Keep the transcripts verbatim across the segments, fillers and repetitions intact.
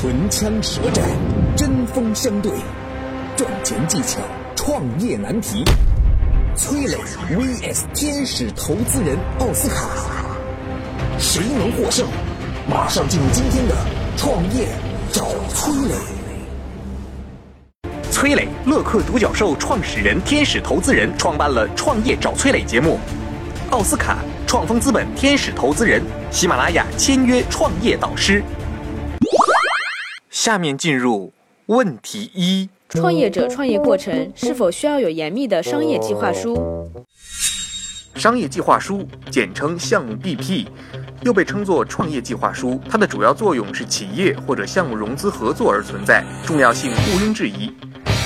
唇枪舌战，针锋相对，赚钱技巧，创业难题。崔磊 V S 天使投资人奥斯卡，谁能获胜？马上进入今天的创业找崔磊。 崔磊，乐客独角兽创始人、天使投资人，创办了《创业找崔磊》节目。奥斯卡，创丰资本天使投资人，喜马拉雅签约创业导师。下面进入问题一： 创业者创业过程是否需要有严密的商业计划书？ 商业计划书简称项目 B P， 又被称作创业计划书，它的主要作用是企业或者项目融资合作而存在，重要性毋庸置疑。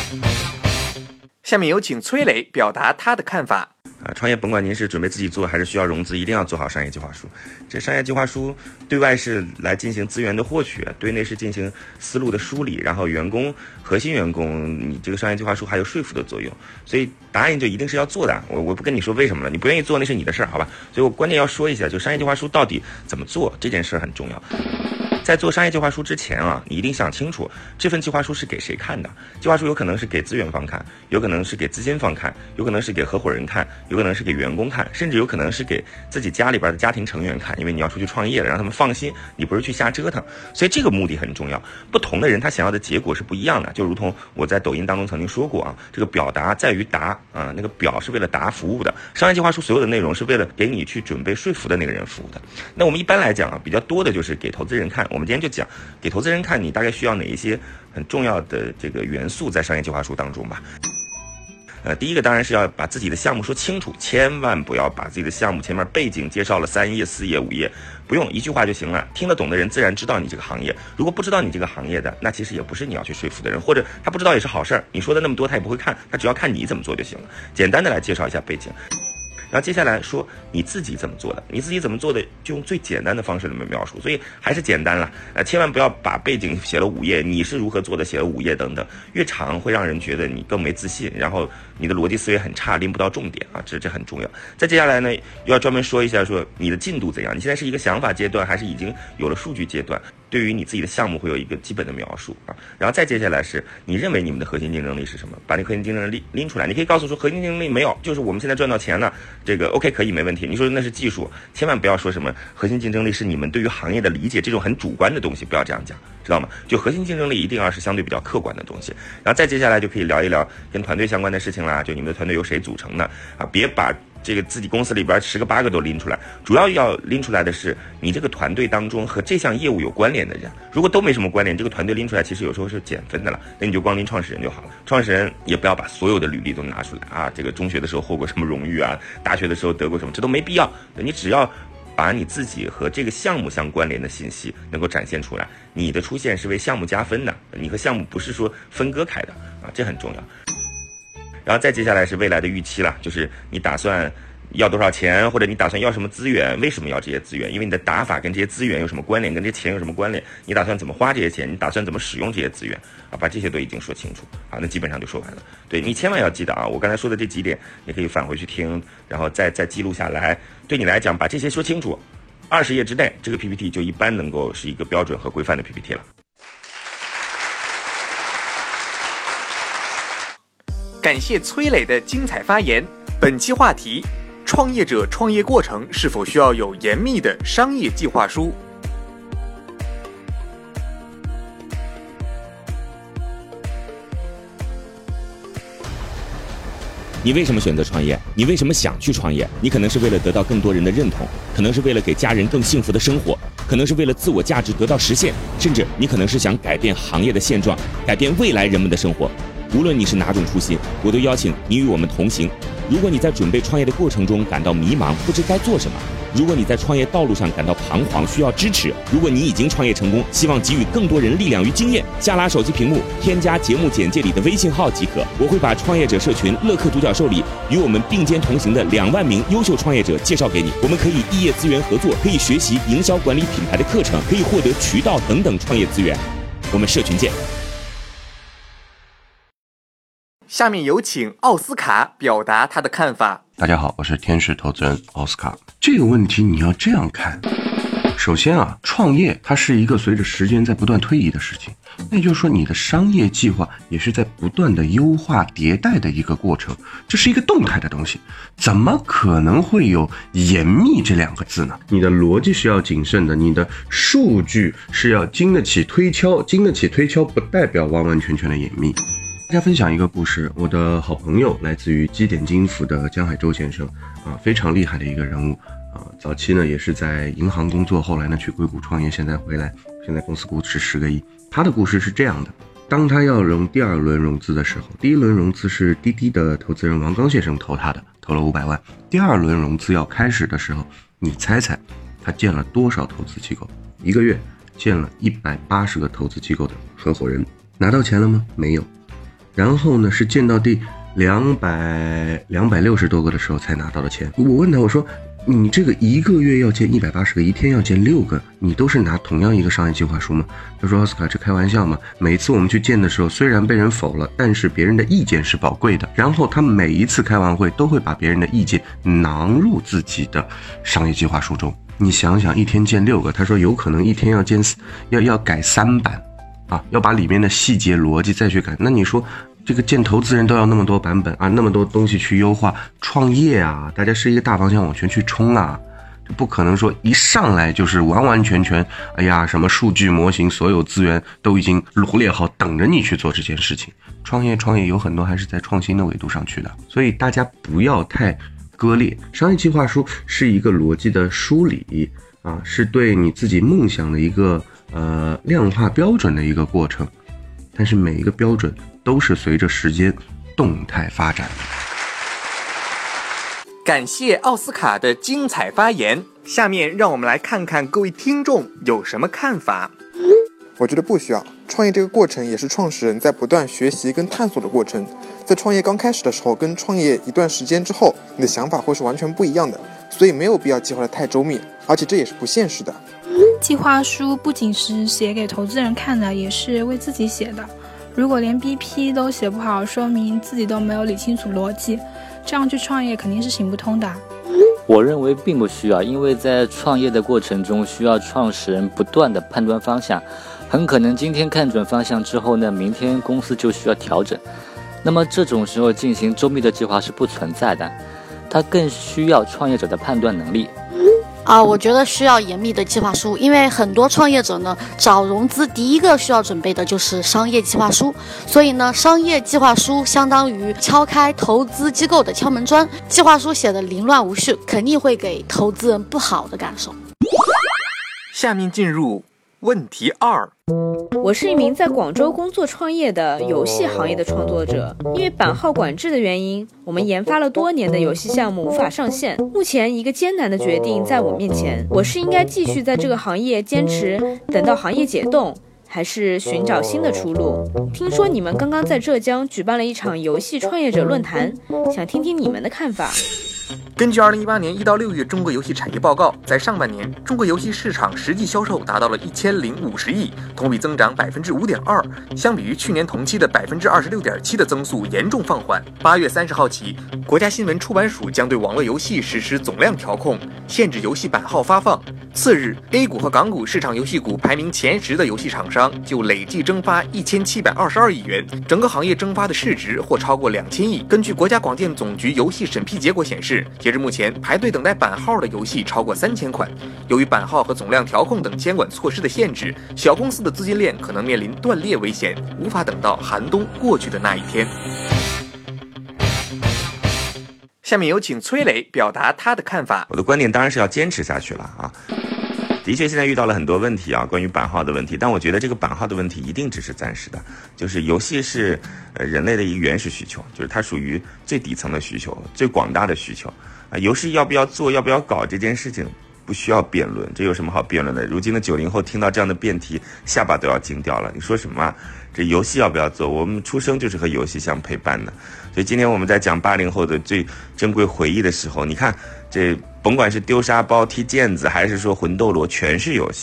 下面有请崔磊表达他的看法。 啊，创业甭管您是准备自己做还是需要融资，一定要做好商业计划书。这商业计划书对外是来进行资源的获取，对内是进行思路的梳理，然后员工核心员工，你这个商业计划书还有说服的作用。所以答案就一定是要做的。我我不跟你说为什么了，你不愿意做那是你的事儿，好吧？所以我关键要说一下，就商业计划书到底怎么做这件事很重要。在做商业计划书之前啊，你一定想清楚这份计划书是给谁看的。计划书有可能是给资源方看，有可能是给资金方看，有可能是给合伙人看，有可能是给员工看，甚至有可能是给自己家里边的家庭成员看，因为你要出去创业了，让他们放心，你不是去瞎折腾。所以这个目的很重要。不同的人他想要的结果是不一样的，就如同我在抖音当中曾经说过啊，这个表达在于达啊，那个表是为了达服务的。商业计划书所有的内容是为了给你去准备说服的那个人服务的。那我们一般来讲啊，比较多的就是给投资人看。我们今天就讲给投资人看，你大概需要哪一些很重要的这个元素在商业计划书当中吧。呃，第一个当然是要把自己的项目说清楚，千万不要把自己的项目前面背景介绍了三页、四页、五页，不用一句话就行了。听得懂的人自然知道你这个行业，如果不知道你这个行业的，那其实也不是你要去说服的人，或者他不知道也是好事儿。你说的那么多他也不会看，他只要看你怎么做就行了。简单的来介绍一下背景。然后接下来说你自己怎么做的，你自己怎么做的就用最简单的方式来描述，所以还是简单了，呃，千万不要把背景写了五页，你是如何做的写了五页等等，越长会让人觉得你更没自信，然后你的逻辑思维很差，拎不到重点啊，这这很重要。再接下来呢，又要专门说一下说你的进度怎样，你现在是一个想法阶段，还是已经有了数据阶段？对于你自己的项目会有一个基本的描述啊，然后再接下来是你认为你们的核心竞争力是什么，把那核心竞争力拎出来。你可以告诉说核心竞争力没有，就是我们现在赚到钱了，这个 OK 可以没问题。你说那是技术，千万不要说什么核心竞争力是你们对于行业的理解，这种很主观的东西不要这样讲，知道吗？就核心竞争力一定要是相对比较客观的东西。然后再接下来就可以聊一聊跟团队相关的事情啦，就你们的团队由谁组成的啊，别把这个自己公司里边十个八个都拎出来，主要要拎出来的是你这个团队当中和这项业务有关联的人。如果都没什么关联，这个团队拎出来其实有时候是减分的了，那你就光拎创始人就好了。创始人也不要把所有的履历都拿出来啊，这个中学的时候获过什么荣誉啊，大学的时候得过什么，这都没必要。你只要把你自己和这个项目相关联的信息能够展现出来，你的出现是为项目加分的，你和项目不是说分割开的啊，这很重要。然后再接下来是未来的预期了，就是你打算要多少钱，或者你打算要什么资源，为什么要这些资源，因为你的打法跟这些资源有什么关联，跟这些钱有什么关联，你打算怎么花这些钱，你打算怎么使用这些资源啊，把这些都已经说清楚啊，那基本上就说完了。对，你千万要记得啊，我刚才说的这几点你可以返回去听，然后再再记录下来，对你来讲把这些说清楚，二十页之内这个 P P T 就一般能够是一个标准和规范的 P P T 了。 感谢崔磊的精彩发言。本期话题：创业者创业过程是否需要有严密的商业计划书？ 你为什么选择创业？你为什么想去创业？你可能是为了得到更多人的认同，可能是为了给家人更幸福的生活，可能是为了自我价值得到实现，甚至你可能是想改变行业的现状，改变未来人们的生活。无论你是哪种初心，我都邀请你与我们同行。如果你在准备创业的过程中感到迷茫，不知该做什么；如果你在创业道路上感到彷徨，需要支持；如果你已经创业成功，希望给予更多人力量与经验，下拉手机屏幕，添加节目简介里的微信号即可。我会把创业者社群乐客独角兽里与我们并肩同行的两万名优秀创业者介绍给你。我们可以异业资源合作，可以学习营销管理品牌的课程，可以获得渠道等等创业资源。我们社群见。 下面有请奥斯卡表达他的看法。 大家好，我是天使投资人奥斯卡。这个问题你要这样看， 首先啊，创业它是一个随着时间在不断推移的事情，那也就是说你的商业计划也是在不断的优化迭代的一个过程，这是一个动态的东西，怎么可能会有严密这两个字呢？你的逻辑是要谨慎的，你的数据是要经得起推敲，经得起推敲不代表完完全全的严密。大家分享一个故事，我的好朋友来自于基点金服的江海洲先生啊，非常厉害的一个人物啊，早期呢也是在银行工作，后来呢去硅谷创业，现在回来，现在公司估值十个亿。他的故事是这样的，当他要融第二轮融资的时候，第一轮融资是滴滴的投资人王刚先生投他的，投了五百万。第二轮融资要开始的时候，你猜猜他见了多少投资机构？一个月见了一百八十个投资机构的合伙人，拿到钱了吗？没有。然后呢，是见到第两百两百六十多个的时候才拿到的钱。我问他，我说你这个一个月要见一百八十个，一天要见六个，你都是拿同样一个商业计划书吗？他说奥斯卡，这开玩笑嘛，每一次我们去见的时候，虽然被人否了，但是别人的意见是宝贵的，然后他每一次开完会都会把别人的意见囊入自己的商业计划书中。你想想，一天见六个，他说有可能一天要见要要改三版啊，要把里面的细节逻辑再去改。那你说这个见投资人都要那么多版本啊，那么多东西去优化，创业啊，大家是一个大方向往前去冲啊，就不可能说一上来就是完完全全，哎呀，什么数据模型，所有资源都已经罗列好，等着你去做这件事情。创业创业有很多还是在创新的维度上去的，所以大家不要太割裂。商业计划书是一个逻辑的梳理啊，是对你自己梦想的一个呃量化标准的一个过程，但是每一个标准都是随着时间动态发展的。 感谢奥斯卡的精彩发言，下面让我们来看看各位听众有什么看法。 我觉得不需要，创业这个过程也是创始人在不断学习跟探索的过程，在创业刚开始的时候跟创业一段时间之后，你的想法会是完全不一样的，所以没有必要计划的太周密，而且这也是不现实的。 计划书不仅是写给投资人看的，也是为自己写的，如果连 B P 都写不好，说明自己都没有理清楚逻辑，这样去创业肯定是行不通的。 我认为并不需要，因为在创业的过程中需要创始人不断的判断方向，很可能今天看准方向之后呢，明天公司就需要调整，那么这种时候进行周密的计划是不存在的，它更需要创业者的判断能力。 啊，我觉得需要严密的计划书，因为很多创业者呢，找融资第一个需要准备的就是商业计划书，所以呢，商业计划书相当于敲开投资机构的敲门砖，计划书写的凌乱无序，肯定会给投资人不好的感受。 下面进入问题二。 我是一名在广州工作创业的游戏行业的创作者，因为版号管制的原因，我们研发了多年的游戏项目无法上线。目前一个艰难的决定在我面前，我是应该继续在这个行业坚持，等到行业解冻，还是寻找新的出路？听说你们刚刚在浙江举办了一场游戏创业者论坛，想听听你们的看法。 根据二零一八年一到六月中国游戏产业报告，在上半年，中国游戏市场实际销售达到了一千零五十亿，同比增长百分之五点二，相比于去年同期的百分之二十六点七的增速严重放缓。八月三十号起，国家新闻出版署将对网络游戏实施总量调控，限制游戏版号发放。次日 ，A 股和港股市场游戏股排名前十的游戏厂商就累计蒸发一千七百二十二亿元，整个行业蒸发的市值或超过两千亿。根据国家广电总局游戏审批结果显示，截至目前，排队等待版号的游戏超过三千款。由于版号和总量调控等监管措施的限制，小公司的资金链可能面临断裂危险，无法等到寒冬过去的那一天。下面有请崔磊表达他的看法。 我的观点当然是要坚持下去了啊。的确，现在遇到了很多问题啊，关于版号的问题，但我觉得这个版号的问题一定只是暂时的。就是游戏是呃人类的一个原始需求，就是它属于最底层的需求，最广大的需求啊。游戏要不要做，要不要搞这件事情，不需要辩论，这有什么好辩论的？如今的九零后听到这样的辩题，下巴都要惊掉了。你说什么啊？这游戏要不要做？我们出生就是和游戏相陪伴的。所以今天我们在讲八零后的最珍贵回忆的时候，你看这甭管是丢沙包、踢毽子，还是说魂斗罗，全是游戏。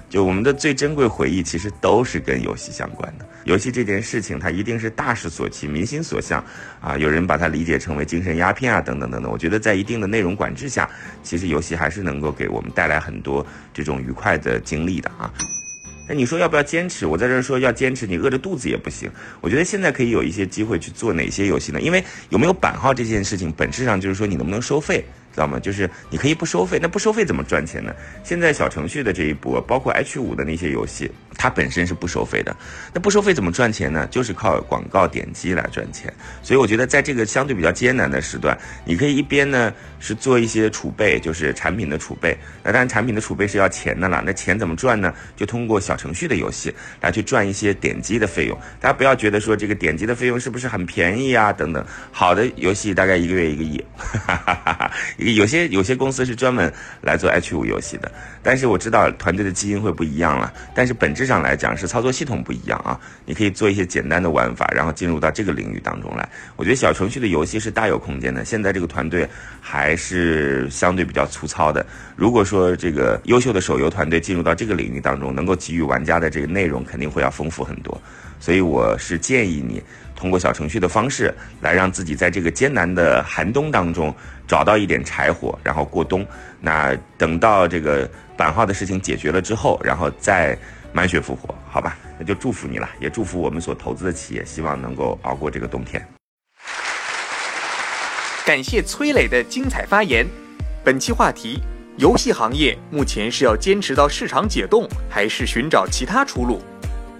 就我们的最珍贵回忆其实都是跟游戏相关的。游戏这件事情它一定是大势所趋，民心所向啊，有人把它理解成为精神鸦片啊等等等等。我觉得在一定的内容管制下，其实游戏还是能够给我们带来很多这种愉快的经历的啊。那你说要不要坚持？我在这儿说要坚持，你饿着肚子也不行。我觉得现在可以有一些机会去做哪些游戏呢？因为有没有版号这件事情，本质上就是说你能不能收费，知道吗？就是你可以不收费，那不收费怎么赚钱呢？现在小程序的这一波，包括 H 五 的那些游戏，它本身是不收费的。那不收费怎么赚钱呢？就是靠广告点击来赚钱。所以我觉得在这个相对比较艰难的时段，你可以一边呢是做一些储备，就是产品的储备。那当然产品的储备是要钱的了，那钱怎么赚呢？就通过小程序的游戏来去赚一些点击的费用。大家不要觉得说这个点击的费用是不是很便宜啊等等，好的游戏大概一个月一个亿，有些有些公司是专门来做 H 五 游戏的，但是我知道团队的基因会不一样了，但是本质上来讲是操作系统不一样啊。你可以做一些简单的玩法，然后进入到这个领域当中来。我觉得小程序的游戏是大有空间的，现在这个团队还是相对比较粗糙的。如果说这个优秀的手游团队进入到这个领域当中，能够给予玩家的这个内容肯定会要丰富很多。所以我是建议你通过小程序的方式来让自己在这个艰难的寒冬当中找到一点柴火，然后过冬。那等到这个版号的事情解决了之后，然后再满血复活，好吧？那就祝福你了，也祝福我们所投资的企业，希望能够熬过这个冬天。 感谢崔磊的精彩发言。本期话题：游戏行业目前是要坚持到市场解冻，还是寻找其他出路？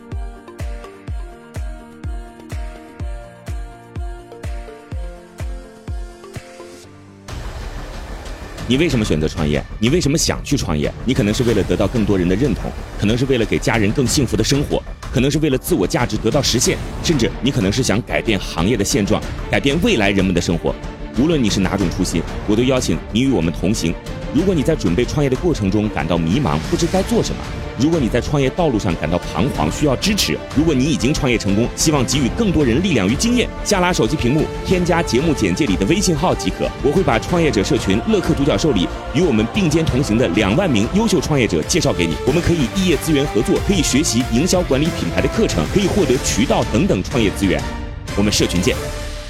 你为什么选择创业？你为什么想去创业？你可能是为了得到更多人的认同，可能是为了给家人更幸福的生活，可能是为了自我价值得到实现，甚至你可能是想改变行业的现状，改变未来人们的生活。无论你是哪种初心，我都邀请你与我们同行。如果你在准备创业的过程中感到迷茫，不知该做什么；如果你在创业道路上感到彷徨，需要支持；如果你已经创业成功，希望给予更多人力量与经验，下拉手机屏幕，添加节目简介里的微信号即可。我会把创业者社群乐客独角兽里与我们并肩同行的两万名优秀创业者介绍给你。我们可以异业资源合作，可以学习营销管理品牌的课程，可以获得渠道等等创业资源。我们社群见。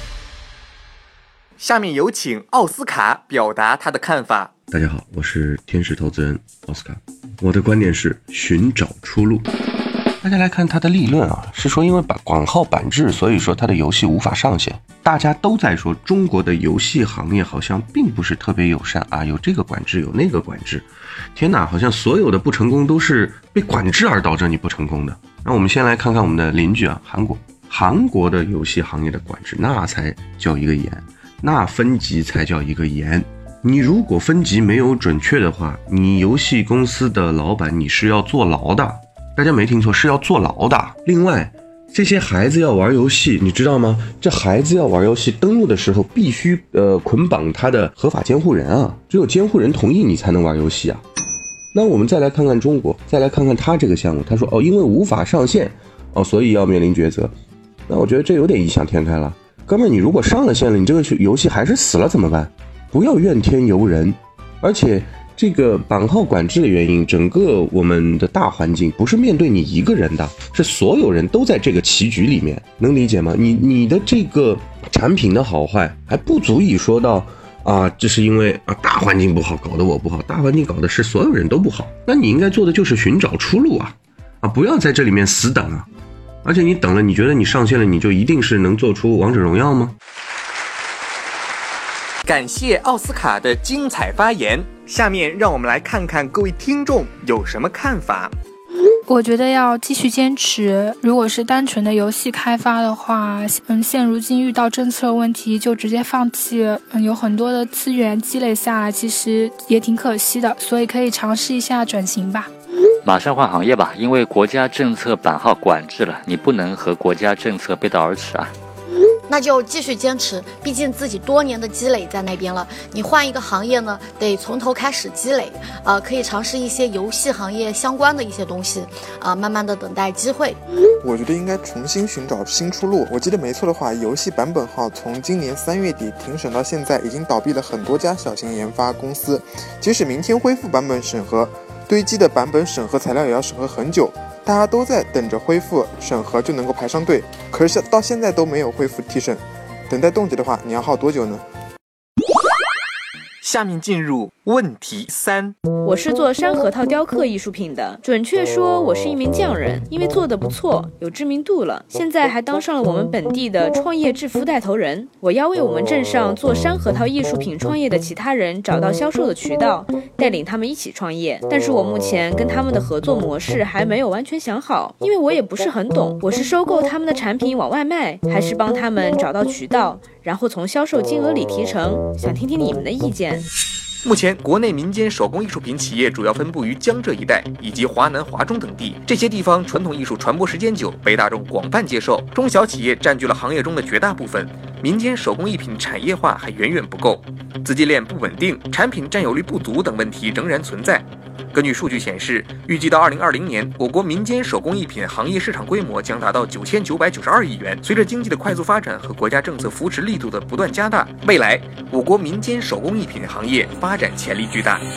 下面有请奥斯卡表达他的看法。 大家好，我是天使投资人奥斯卡。我的观点是寻找出路。大家来看他的立论啊，是说因为广号版制，所以说他的游戏无法上线。大家都在说中国的游戏行业好像并不是特别友善啊，有这个管制，有那个管制。天哪，好像所有的不成功都是被管制而导致你不成功的。那我们先来看看我们的邻居啊，韩国。韩国的游戏行业的管制那才叫一个严，那分级才叫一个严。你如果分级没有准确的话，你游戏公司的老板你是要坐牢的。大家没听错，是要坐牢的。另外，这些孩子要玩游戏，你知道吗？这孩子要玩游戏，登录的时候必须呃捆绑他的合法监护人啊，只有监护人同意你才能玩游戏啊。那我们再来看看中国，再来看看他这个项目，他说哦，因为无法上线哦，所以要面临抉择。那我觉得这有点异想天开了。哥们儿，你如果上了线了，你这个游戏还是死了怎么办？不要怨天尤人。而且这个版号管制的原因，整个我们的大环境不是面对你一个人的，是所有人都在这个棋局里面，能理解吗？你你的这个产品的好坏还不足以说到啊，这是因为啊大环境不好搞得我不好，大环境搞的是所有人都不好。那你应该做的就是寻找出路啊，啊不要在这里面死等啊。而且你等了，你觉得你上线了，你就一定是能做出王者荣耀吗？ 感谢奥斯卡的精彩发言。下面让我们来看看各位听众有什么看法。 我觉得要继续坚持。如果是单纯的游戏开发的话，嗯，现如今遇到政策问题就直接放弃，嗯，有很多的资源积累下来，其实也挺可惜的。所以可以尝试一下转型吧。 马上换行业吧，因为国家政策版号管制了，你不能和国家政策背道而驰啊。 那就继续坚持，毕竟自己多年的积累在那边了。你换一个行业呢，得从头开始积累，呃，可以尝试一些游戏行业相关的一些东西，啊、呃，慢慢的等待机会。 我觉得应该重新寻找新出路。我记得没错的话，游戏版本号从今年三月底庭审到现在，已经倒闭了很多家小型研发公司。即使明天恢复版本审核， 堆积的版本审核材料也要审核很久，大家都在等着恢复审核就能够排上队，可是到现在都没有恢复提审，等待冻结的话，你要耗多久呢？ 下面进入问题三。 我是做山核桃雕刻艺术品的，准确说我是一名匠人，因为做得不错，有知名度了，现在还当上了我们本地的创业致富带头人。我要为我们镇上做山核桃艺术品创业的其他人找到销售的渠道，带领他们一起创业。但是我目前跟他们的合作模式还没有完全想好，因为我也不是很懂，我是收购他们的产品往外卖，还是帮他们找到渠道，然后从销售金额里提成？想听听你们的意见。 目前，国内民间手工艺术品企业主要分布于江浙一带以及华南、华中等地。这些地方传统艺术传播时间久，被大众广泛接受，中小企业占据了行业中的绝大部分。民间手工艺品产业化还远远不够，资金链不稳定、产品占有率不足等问题仍然存在。根据数据显示，预计到二零二零年，我国民间手工艺品行业市场规模将达到九千九百九十二亿元。随着经济的快速发展和国家政策扶持力度的不断加大，未来我国民间手工艺品行业发展潜力巨大。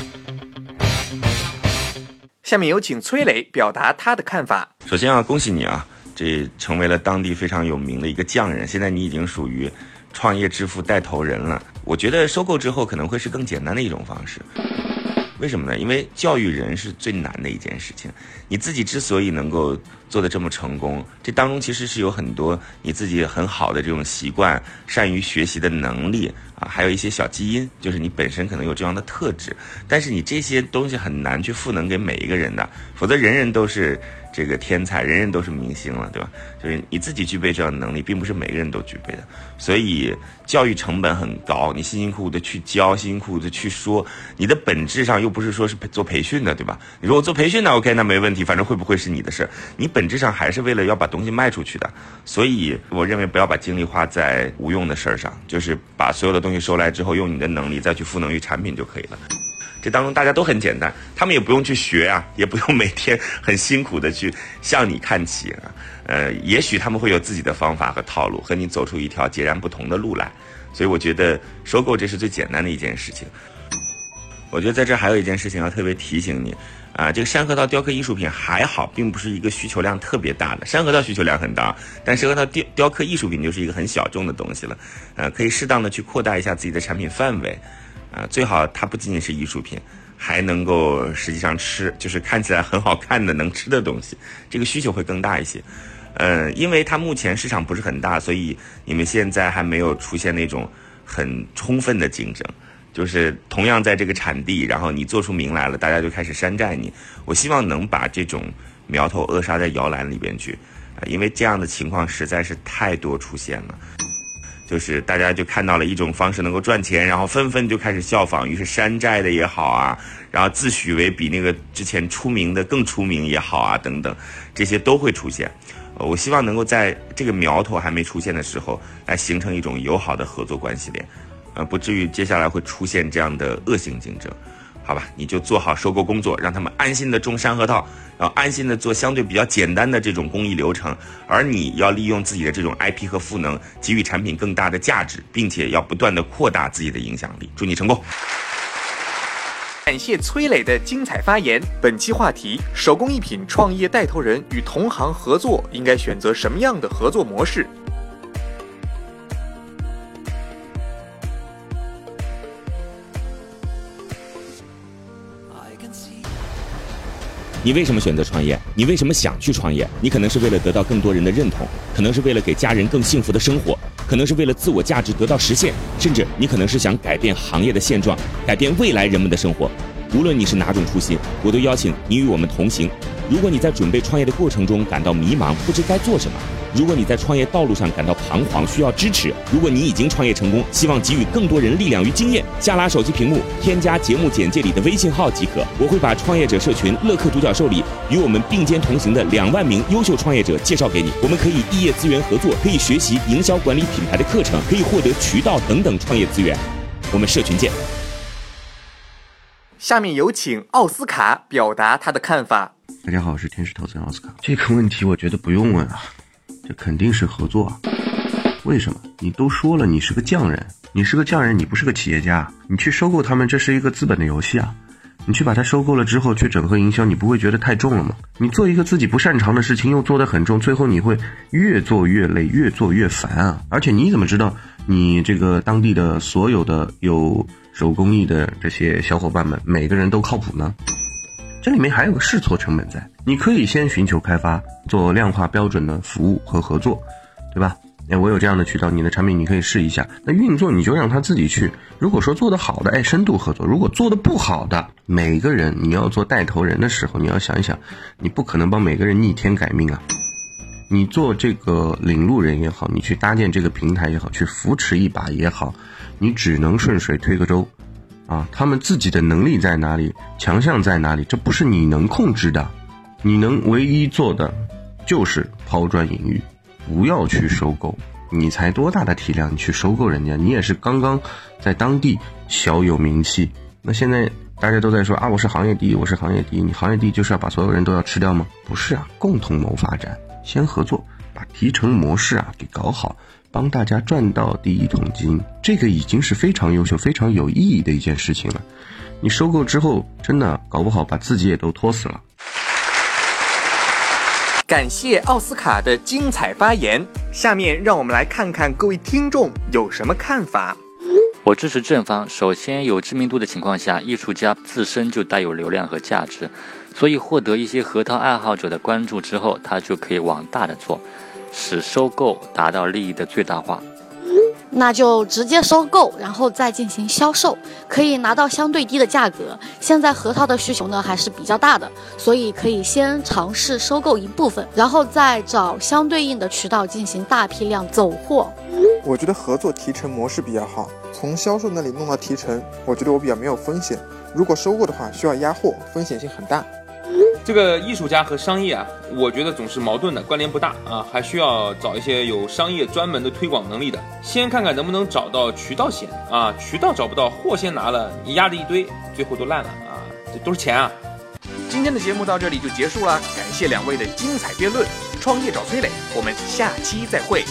下面有请崔磊表达他的看法。 首先要恭喜你啊，这成为了当地非常有名的一个匠人，现在你已经属于创业致富带头人了。我觉得收购之后可能会是更简单的一种方式。为什么呢？因为教育人是最难的一件事情。你自己之所以能够做得这么成功，这当中其实是有很多你自己很好的这种习惯、善于学习的能力啊，还有一些小基因，就是你本身可能有这样的特质。但是你这些东西很难去赋能给每一个人的，否则人人都是这个天才，人人都是明星了，对吧？就是你自己具备这样的能力，并不是每个人都具备的。所以教育成本很高，你辛辛苦苦的去教，辛辛苦苦的去说，你的本质上又不是说是做培训的，对吧？你说我做培训的 OK， 那没问题，反正会不会是你的事，你本质上还是为了要把东西卖出去的。所以我认为不要把精力花在无用的事儿上，就是把所有的东西收来之后，用你的能力再去赋能于产品就可以了。这当中大家都很简单，他们也不用去学啊，也不用每天很辛苦的去向你看齐啊。呃，也许他们会有自己的方法和套路，和你走出一条截然不同的路来。所以我觉得收购这是最简单的一件事情。我觉得在这还有一件事情要特别提醒你啊，这个山核桃雕刻艺术品还好，并不是一个需求量特别大的。山核桃需求量很大，但山核桃雕雕刻艺术品就是一个很小众的东西了。呃，可以适当的去扩大一下自己的产品范围。啊，最好它不仅仅是艺术品，还能够实际上吃，就是看起来很好看的能吃的东西，这个需求会更大一些。呃，因为它目前市场不是很大，所以你们现在还没有出现那种很充分的竞争，就是同样在这个产地，然后你做出名来了，大家就开始山寨你。我希望能把这种苗头扼杀在摇篮里边去，呃，因为这样的情况实在是太多出现了。就是大家就看到了一种方式能够赚钱，然后纷纷就开始效仿，于是山寨的也好啊，然后自诩为比那个之前出名的更出名也好啊，等等，这些都会出现。呃，我希望能够在这个苗头还没出现的时候，来形成一种友好的合作关系链，呃，不至于接下来会出现这样的恶性竞争。好吧，你就做好收购工作，让他们安心的种山核桃，然后安心的做相对比较简单的这种工艺流程，而你要利用自己的这种 I P 和赋能，给予产品更大的价值，并且要不断的扩大自己的影响力。祝你成功！ 感谢崔磊的精彩发言。本期话题：手工艺品创业带头人与同行合作应该选择什么样的合作模式？ 你为什么选择创业？你为什么想去创业？你可能是为了得到更多人的认同，可能是为了给家人更幸福的生活，可能是为了自我价值得到实现，甚至你可能是想改变行业的现状，改变未来人们的生活。无论你是哪种初心，我都邀请你与我们同行。如果你在准备创业的过程中感到迷茫，不知该做什么；如果你在创业道路上感到彷徨，需要支持；如果你已经创业成功，希望给予更多人力量与经验，下拉手机屏幕，添加节目简介里的微信号即可。我会把创业者社群乐客独角兽里与我们并肩同行的两万名优秀创业者介绍给你。我们可以异业资源合作，可以学习营销管理品牌的课程，可以获得渠道等等创业资源。我们社群见。 下面有请奥斯卡表达他的看法。 大家好，我是天使投资人奥斯卡。这个问题我觉得不用问啊，这肯定是合作啊。为什么？你都说了你是个匠人，你是个匠人，你不是个企业家，你去收购他们，这是一个资本的游戏啊。 你去把它收购了之后去整合营销，你不会觉得太重了吗？你做一个自己不擅长的事情又做得很重，最后你会越做越累，越做越烦啊！而且你怎么知道你这个当地的所有的有手工艺的这些小伙伴们每个人都靠谱呢？这里面还有个试错成本在，你可以先寻求开发，做量化标准的服务和合作，对吧？哎，我有这样的渠道，你的产品你可以试一下。那运作你就让他自己去。如果说做得好的，哎，深度合作；如果做得不好的，每个人你要做带头人的时候，你要想一想，你不可能帮每个人逆天改命啊。你做这个领路人也好，你去搭建这个平台也好，去扶持一把也好，你只能顺水推个舟啊。他们自己的能力在哪里，强项在哪里，这不是你能控制的。你能唯一做的就是抛砖引玉。不要去收购，你才多大的体量，你去收购人家，你也是刚刚在当地小有名气。那现在大家都在说啊，我是行业第一，我是行业第一，你行业第一就是要把所有人都要吃掉吗？不是啊，共同谋发展，先合作，把提成模式啊给搞好，帮大家赚到第一桶金，这个已经是非常优秀、非常有意义的一件事情了。你收购之后，真的搞不好把自己也都拖死了。 感谢奥斯卡的精彩发言，下面让我们来看看各位听众有什么看法。 我支持正方。首先，有知名度的情况下，艺术家自身就带有流量和价值，所以获得一些核桃爱好者的关注之后，他就可以往大的做，使收购达到利益的最大化。 那就直接收购，然后再进行销售，可以拿到相对低的价格。现在核桃的需求呢还是比较大的，所以可以先尝试收购一部分，然后再找相对应的渠道进行大批量走货。 我觉得合作提成模式比较好，从销售那里弄到提成，我觉得我比较没有风险。如果收购的话，需要压货，风险性很大。 这个艺术家和商业啊，我觉得总是矛盾的，关联不大啊，还需要找一些有商业专门的推广能力的。先看看能不能找到渠道险啊，渠道找不到，货先拿了，你压着一堆，最后都烂了啊，这都是钱啊。 今天的节目到这里就结束了，感谢两位的精彩辩论。创业找崔磊，我们下期再会。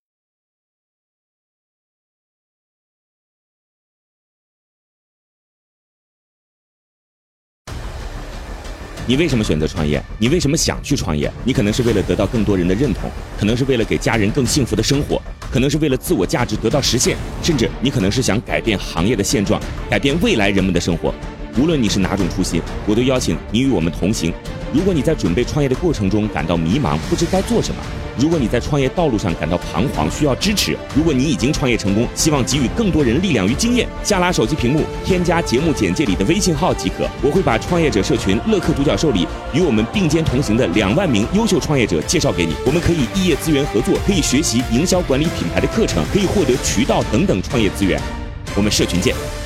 你为什么选择创业？你为什么想去创业？你可能是为了得到更多人的认同，可能是为了给家人更幸福的生活，可能是为了自我价值得到实现，甚至你可能是想改变行业的现状，改变未来人们的生活。无论你是哪种初心，我都邀请你与我们同行。如果你在准备创业的过程中感到迷茫，不知该做什么；如果你在创业道路上感到彷徨，需要支持；如果你已经创业成功，希望给予更多人力量与经验，下拉手机屏幕，添加节目简介里的微信号即可。我会把创业者社群乐客独角兽里与我们并肩同行的两万名优秀创业者介绍给你。我们可以异业资源合作，可以学习营销管理品牌的课程，可以获得渠道等等创业资源。我们社群见。